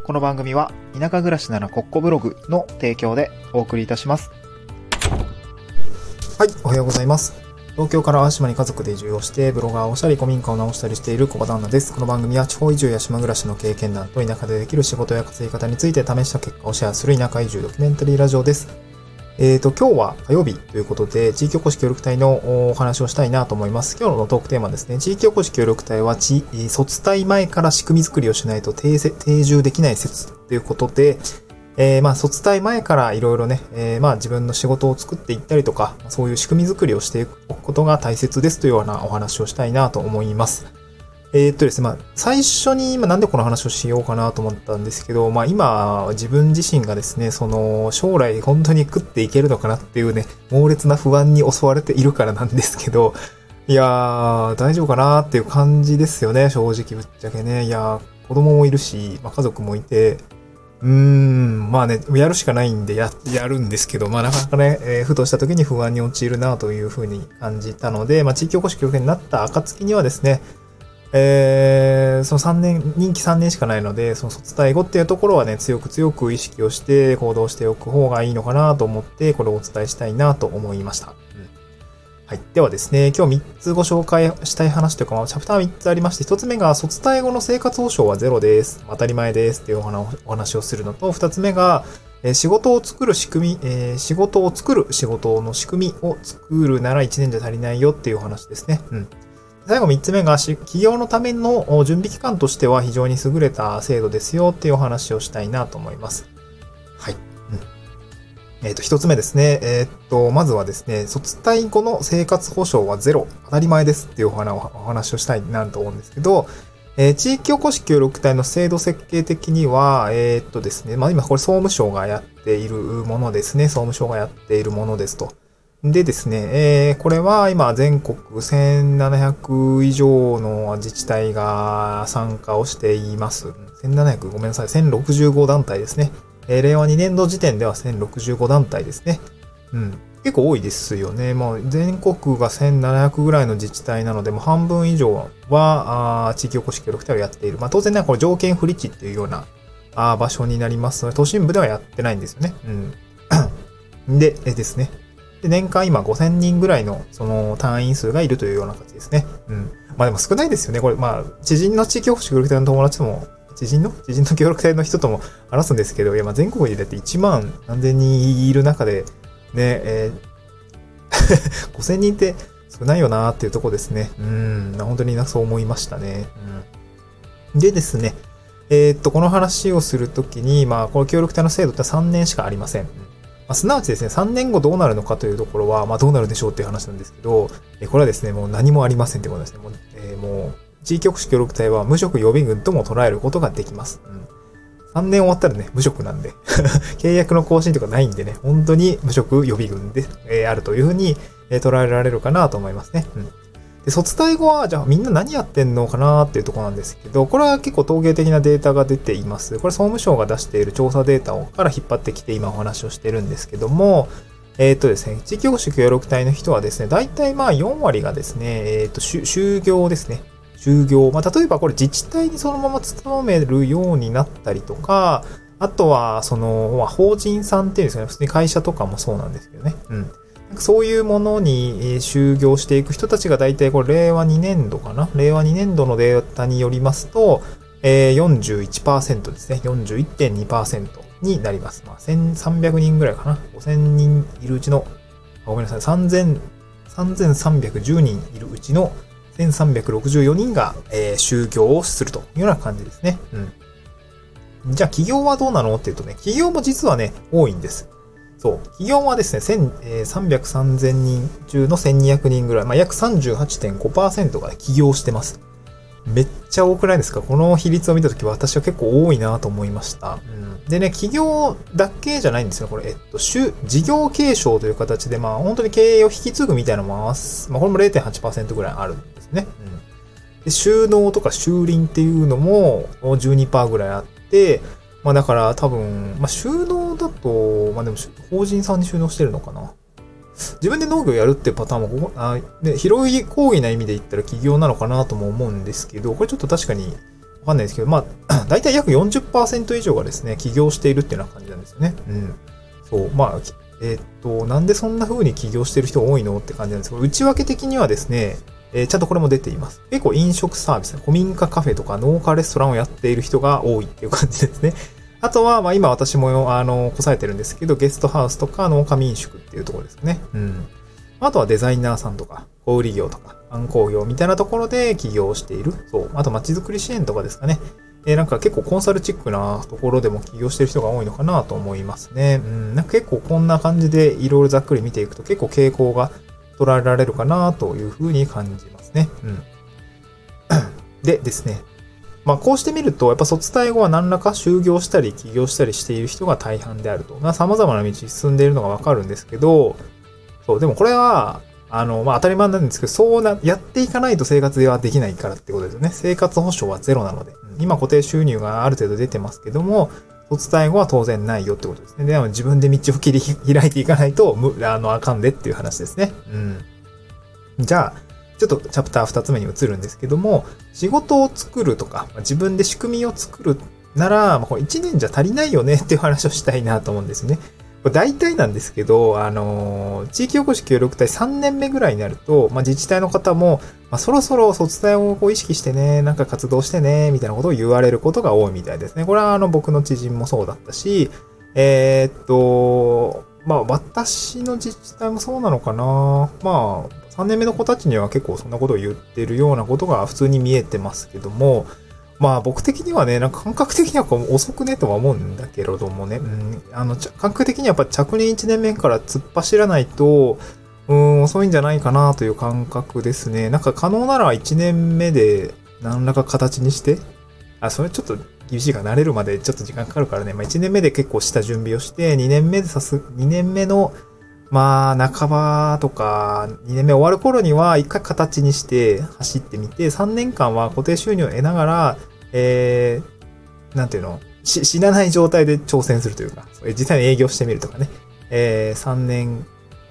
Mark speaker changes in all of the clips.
Speaker 1: この番組は田舎暮らしならコッコブログの提供でお送りいたします。はい、おはようございます。東京から淡島に家族で移住をしてブロガーをしたり古民家を直したりしている小場旦那です。この番組は地方移住や島暮らしの経験談と田舎でできる仕事や稼ぎ方について試した結果をシェアする田舎移住ドキュメンタリーラジオです。今日は火曜日ということで、地域おこし協力隊のお話をしたいなと思います。今日のトークテーマですね。地域おこし協力隊は卒隊前から仕組み作りをしないと定住できない説ということで、卒隊前からいろいろね、自分の仕事を作っていったりとか、そういう仕組み作りをしておくことが大切ですというようなお話をしたいなと思います。ですね、最初になんでこの話をしようかなと思ったんですけど、今、自分自身がですね、将来本当に食っていけるのかなっていうね、猛烈な不安に襲われているからなんですけど、いやー、大丈夫かなっていう感じですよね、正直ぶっちゃけね。いやー、子供もいるし、家族もいて、やるしかないんでやるんですけど、なかなかね、ふとした時に不安に陥るなというふうに感じたので、地域おこし協力隊になった暁にはですね、その任期3年しかないので、その卒隊後っていうところはね、強く意識をして行動しておく方がいいのかなと思って、これをお伝えしたいなと思いました。はい。ではですね、今日3つご紹介したい話というか、チャプター3つありまして、1つ目が卒隊後の生活保障はゼロです。当たり前ですっていうお話をするのと、2つ目が、仕事を作る仕組み、仕事の仕組みを作るなら1年じゃ足りないよっていうお話ですね。最後3つ目が、企業のための準備期間としては非常に優れた制度ですよっていうお話をしたいなと思います。はい。1つ目ですね。まずはですね、卒隊後の生活保障はゼロ。当たり前ですっていうお話をしたいなと思うんですけど、地域おこし協力隊の制度設計的には、ですね、今これ総務省がやっているものですね。総務省がやっているものですと。でですね、これは今全国1700以上の自治体が参加をしています。ごめんなさい、1065団体ですね。令和2年度時点では1065団体ですね。結構多いですよね。全国が1700ぐらいの自治体なので、半分以上は地域おこし協力隊をやっている。当然ね、これ条件不利地っていうような場所になりますので、都心部ではやってないんですよね。で、ですね。で、年間今5000人ぐらいのその単員数がいるというような感じですね。でも少ないですよね。これ知人の地域おこし協力隊の友達とも、知人の協力隊の人とも話すんですけど、全国にだって1万何千人いる中で、ね、5000人って少ないよなーっていうとこですね。本当にそう思いましたね。でですね、この話をするときに、この協力隊の制度って3年しかありません。すなわちですね、3年後どうなるのかというところは、どうなるでしょうっていう話なんですけど、これはですね、もう何もありませんってことですね。もう、地域おこし協力隊は無職予備軍とも捉えることができます。3年終わったらね、無職なんで、契約の更新とかないんでね、本当に無職予備軍で、あるというふうに、捉えられるかなと思いますね。で、卒隊後は、じゃあみんな何やってんのかなっていうところなんですけど、これは結構統計的なデータが出ています。これ総務省が出している調査データから引っ張ってきて今お話をしてるんですけども、ですね、地域おこし協力隊の人はですね、大体4割がですね、就業ですね。就業。例えばこれ自治体にそのまま勤めるようになったりとか、あとは、法人さんっていうんですかね、普通に会社とかもそうなんですけどね。そういうものに就業していく人たちが大体これ令和2年度かな令和2年度のデータによりますと、41% ですね。41.2% になります。1300人ぐらいかな。5000人いるうちの、ごめんなさい。3310人いるうちの1364人が、就業をするというような感じですね。じゃあ企業はどうなのっていうとね、企業も実はね、多いんです。そう。企業はですね、330人中の1200人ぐらい、約 38.5% が起業してます。めっちゃ多くないですか？この比率を見たときは私は結構多いなと思いました。でね、企業だけじゃないんですよ。これ、事業継承という形で、本当に経営を引き継ぐみたいなのもこれも 0.8% ぐらいあるんですね。で、収納とか収輪っていうのも 12% ぐらいあって、だから多分、収納だと、でも法人さんに収納してるのかな。自分で農業やるってパターンも、広義な意味で言ったら起業なのかなとも思うんですけど、これちょっと確かにわかんないですけど、まあ、大体約 40% 以上がですね、起業しているっていうような感じなんですよね。うん。そう、まあ、なんでそんな風に起業してる人多いのって感じなんですけど、内訳的にはですね、ちゃんとこれも出ています。結構飲食サービス、古民家カフェとか農家レストランをやっている人が多いっていう感じですね。あとは、まあ今私も、こさえてるんですけど、ゲストハウスとか農家民宿っていうところですね。うん。あとはデザイナーさんとか、小売業とか、観光業みたいなところで起業している。そう。あと街づくり支援とかですかね。なんか結構コンサルチックなところでも起業してる人が多いのかなと思いますね。うん。なんか結構こんな感じでいろいろざっくり見ていくと結構傾向が捉えられるかなというふうに感じますね。うん。でですね。まあこうしてみると、やっぱ卒退後は何らか就業したり起業したりしている人が大半であると。まあ様々な道に進んでいるのがわかるんですけど、そう、でもこれは、まあ当たり前なんですけど、やっていかないと生活はできないからってことですよね。生活保障はゼロなので。今固定収入がある程度出てますけども、卒退後は当然ないよってことですね。でも自分で道を切り開いていかないと、あかんでっていう話ですね。うん。じゃあ、ちょっとチャプター2つ目に移るんですけども、仕事を作るとか、自分で仕組みを作るなら、これ1年じゃ足りないよねっていう話をしたいなと思うんですね。これ大体なんですけど、地域おこし協力隊3年目ぐらいになると、自治体の方も、そろそろ卒隊を意識してね、なんか活動してね、みたいなことを言われることが多いみたいですね。これは僕の知人もそうだったし、私の自治体もそうなのかな。3年目の子たちには結構そんなことを言ってるようなことが普通に見えてますけども、僕的にはね、なんか感覚的には遅くねとは思うんだけれどもね、感覚的にはやっぱ着任1年目から突っ走らないと、遅いんじゃないかなという感覚ですね。なんか可能なら1年目で何らか形にして、それちょっと厳しいから慣れるまでちょっと時間かかるからね、1年目で結構した準備をして、2年目の半ばとか、2年目終わる頃には一回形にして走ってみて、3年間は固定収入を得ながら、なんていうの、死なない状態で挑戦するというか、実際に営業してみるとかね、3年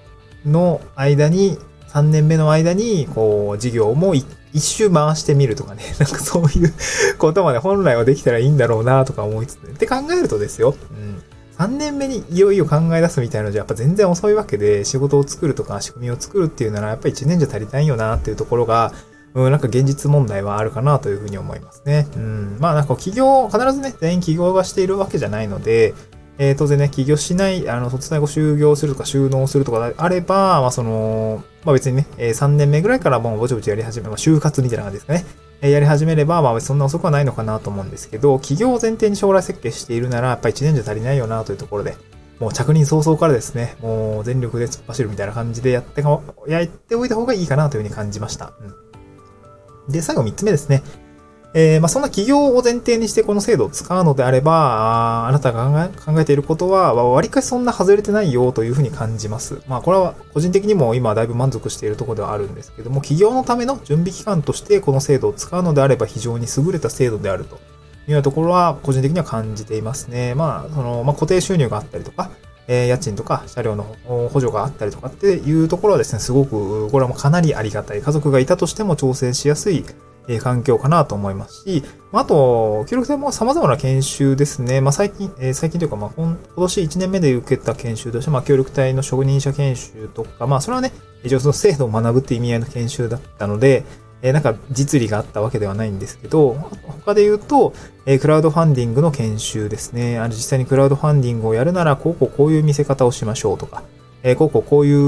Speaker 1: 目の間に、事業も一周回してみるとかね、なんかそういうことまで本来はできたらいいんだろうなとか思いつつ、って考えるとですよ、3年目にいよいよ考え出すみたいなのじゃやっぱ全然遅いわけで、仕事を作るとか仕組みを作るっていうならやっぱり1年じゃ足りないよなっていうところが、なんか現実問題はあるかなというふうに思いますね。なんか必ずね、全員起業がしているわけじゃないので、当然ね、起業しない、卒業後就業するとか就農するとかあれば、別にね、3年目ぐらいからもうぼちぼちやり始め、就活みたいな感じですかね。やり始めれば、そんな遅くはないのかなと思うんですけど、企業を前提に将来設計しているなら、やっぱり1年じゃ足りないよなというところで、もう着任早々からですね、もう全力で突っ走るみたいな感じでやっておいた方がいいかなというふうに感じました。で、最後3つ目ですね。そんな企業を前提にしてこの制度を使うのであれば、あなたが考えていることは、割かしそんな外れてないよというふうに感じます。これは個人的にも今だいぶ満足しているところではあるんですけども、企業のための準備期間としてこの制度を使うのであれば非常に優れた制度であるというようなところは個人的には感じていますね。固定収入があったりとか、家賃とか車両の補助があったりとかっていうところはですね、すごく、これはもうかなりありがたい。家族がいたとしても挑戦しやすい環境かなと思いますし、あと、協力隊も様々な研修ですね。最近というか、今年1年目で受けた研修として、協力隊の職人者研修とか、それはね、一応その制度を学ぶっていう意味合いの研修だったので、なんか実利があったわけではないんですけど、他で言うと、クラウドファンディングの研修ですね。実際にクラウドファンディングをやるなら、こういう見せ方をしましょうとか、こういう、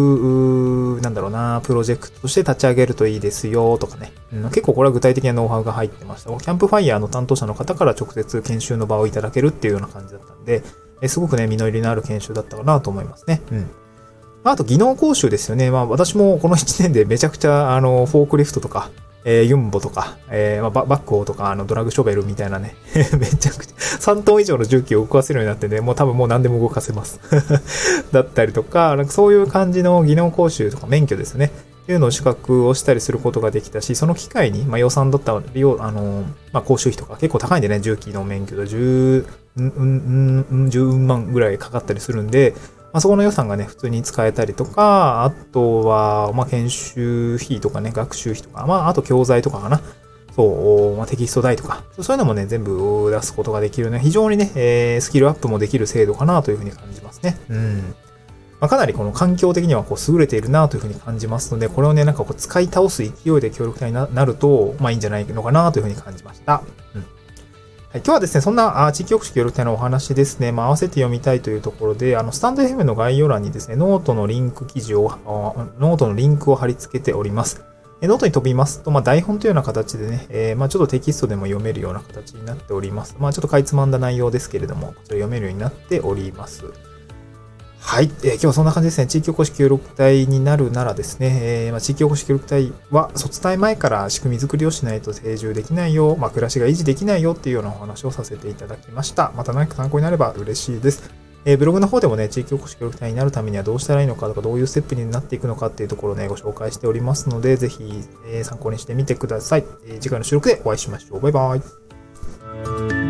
Speaker 1: プロジェクトとして立ち上げるといいですよとかね。結構これは具体的なノウハウが入ってました。キャンプファイヤーの担当者の方から直接研修の場をいただけるっていうような感じだったんで、すごくね、実りのある研修だったかなと思いますね。あと技能講習ですよね。私もこの1年でめちゃくちゃ、フォークリフトとか、ユンボとか、バックホーとか、ドラッグショベルみたいなね、めちゃくちゃ、3トン以上の重機を動かせるようになってね、もう多分もう何でも動かせます。だったりとか、なんかそういう感じの技能講習とか免許ですね。っていうのを資格をしたりすることができたし、その機会に、予算だったり講習費とか結構高いんでね、重機の免許で10万ぐらいかかったりするんで、そこの予算がね、普通に使えたりとか、あとは、研修費とかね、学習費とか、あと教材とかかな。 そう、テキスト代とか、そういうのもね、全部出すことができるね、非常にね、スキルアップもできる制度かなというふうに感じますね。かなりこの環境的には優れているなというふうに感じますので、これをね、使い倒す勢いで協力隊になると、いいんじゃないのかなというふうに感じました。はい、今日はですね、そんな地域おこし協力隊のお話ですね、合わせて読みたいというところで、スタンド FM の概要欄にですね、ノートのリンクを貼り付けております。ノートに飛びますと、台本というような形でね、ちょっとテキストでも読めるような形になっております。ちょっとかいつまんだ内容ですけれども、こちら読めるようになっております。はい。今日はそんな感じですね。地域おこし協力隊になるならですね、地域おこし協力隊は卒隊前から仕組み作りをしないと定住できないよ、暮らしが維持できないよっていうようなお話をさせていただきました。また何か参考になれば嬉しいです。ブログの方でもね、地域おこし協力隊になるためにはどうしたらいいのかとか、どういうステップになっていくのかっていうところをね、ご紹介しておりますので、ぜひ参考にしてみてください。次回の収録でお会いしましょう。バイバイ。